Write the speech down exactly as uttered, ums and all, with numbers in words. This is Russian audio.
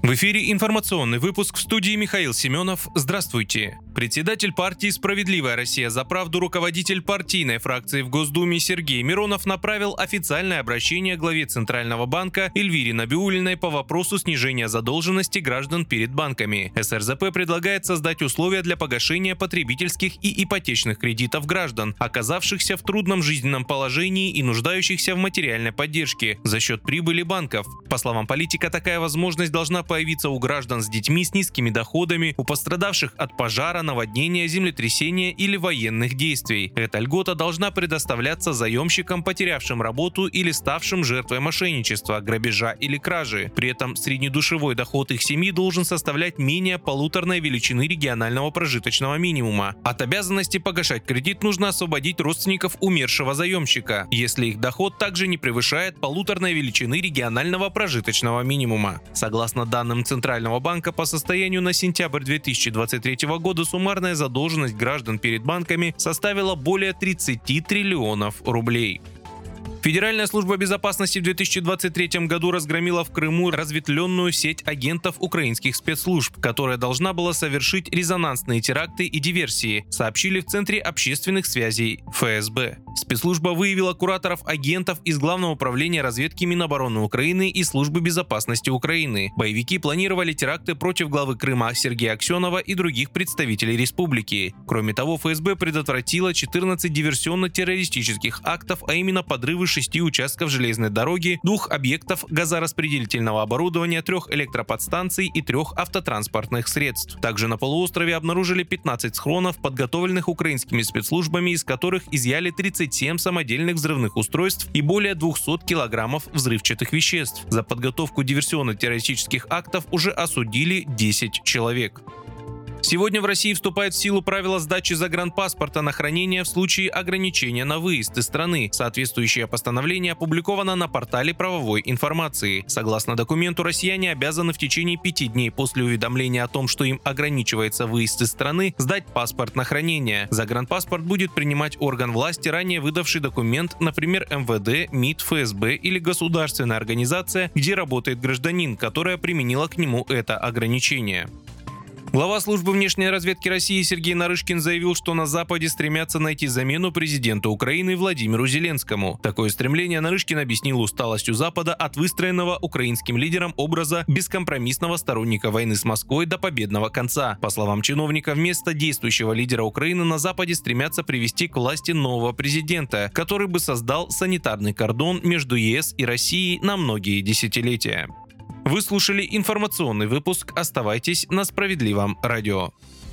В эфире информационный выпуск, в студии Михаил Семенов. Здравствуйте. Председатель партии «Справедливая Россия за правду», руководитель партийной фракции в Госдуме Сергей Миронов направил официальное обращение главе Центрального банка Эльвире Набиуллиной по вопросу снижения задолженности граждан перед банками. эс эр зэ пэ предлагает создать условия для погашения потребительских и ипотечных кредитов граждан, оказавшихся в трудном жизненном положении и нуждающихся в материальной поддержке за счет прибыли банков. По словам политика, такая возможность должна появиться у граждан с детьми с низкими доходами, у пострадавших от пожара, наводнения, землетрясения или военных действий. Эта льгота должна предоставляться заемщикам, потерявшим работу или ставшим жертвой мошенничества, грабежа или кражи. При этом среднедушевой доход их семьи должен составлять менее полуторной величины регионального прожиточного минимума. От обязанности погашать кредит нужно освободить родственников умершего заемщика, если их доход также не превышает полуторной величины регионального прожиточного минимума. Согласно данным Центрального банка, по состоянию на сентябрь две тысячи двадцать третьего года суммарная задолженность граждан перед банками составила более тридцати триллионов рублей. Федеральная служба безопасности в две тысячи двадцать третьем году разгромила в Крыму разветвленную сеть агентов украинских спецслужб, которая должна была совершить резонансные теракты и диверсии, сообщили в Центре общественных связей эф эс бэ. Спецслужба выявила кураторов агентов из Главного управления разведки Минобороны Украины и Службы безопасности Украины. Боевики планировали теракты против главы Крыма Сергея Аксенова и других представителей республики. Кроме того, эф эс бэ предотвратила четырнадцать диверсионно-террористических актов, а именно подрывы шести участков железной дороги, двух объектов газораспределительного оборудования, трех электроподстанций и трех автотранспортных средств. Также на полуострове обнаружили пятнадцать схронов, подготовленных украинскими спецслужбами, из которых изъяли тридцать семь самодельных взрывных устройств и более двухсот килограммов взрывчатых веществ. За подготовку диверсионно-террористических актов уже осудили десять человек. Сегодня в России вступает в силу правило сдачи загранпаспорта на хранение в случае ограничения на выезд из страны. Соответствующее постановление опубликовано на портале правовой информации. Согласно документу, россияне обязаны в течение пяти дней после уведомления о том, что им ограничивается выезд из страны, сдать паспорт на хранение. Загранпаспорт будет принимать орган власти, ранее выдавший документ, например, эм вэ дэ, МИД, эф эс бэ или государственная организация, где работает гражданин, которая применила к нему это ограничение. Глава службы внешней разведки России Сергей Нарышкин заявил, что на Западе стремятся найти замену президенту Украины Владимиру Зеленскому. Такое стремление Нарышкин объяснил усталостью Запада от выстроенного украинским лидером образа бескомпромиссного сторонника войны с Москвой до победного конца. По словам чиновника, вместо действующего лидера Украины на Западе стремятся привести к власти нового президента, который бы создал санитарный кордон между е эс и Россией на многие десятилетия. Вы слушали информационный выпуск. Оставайтесь на Справедливом радио.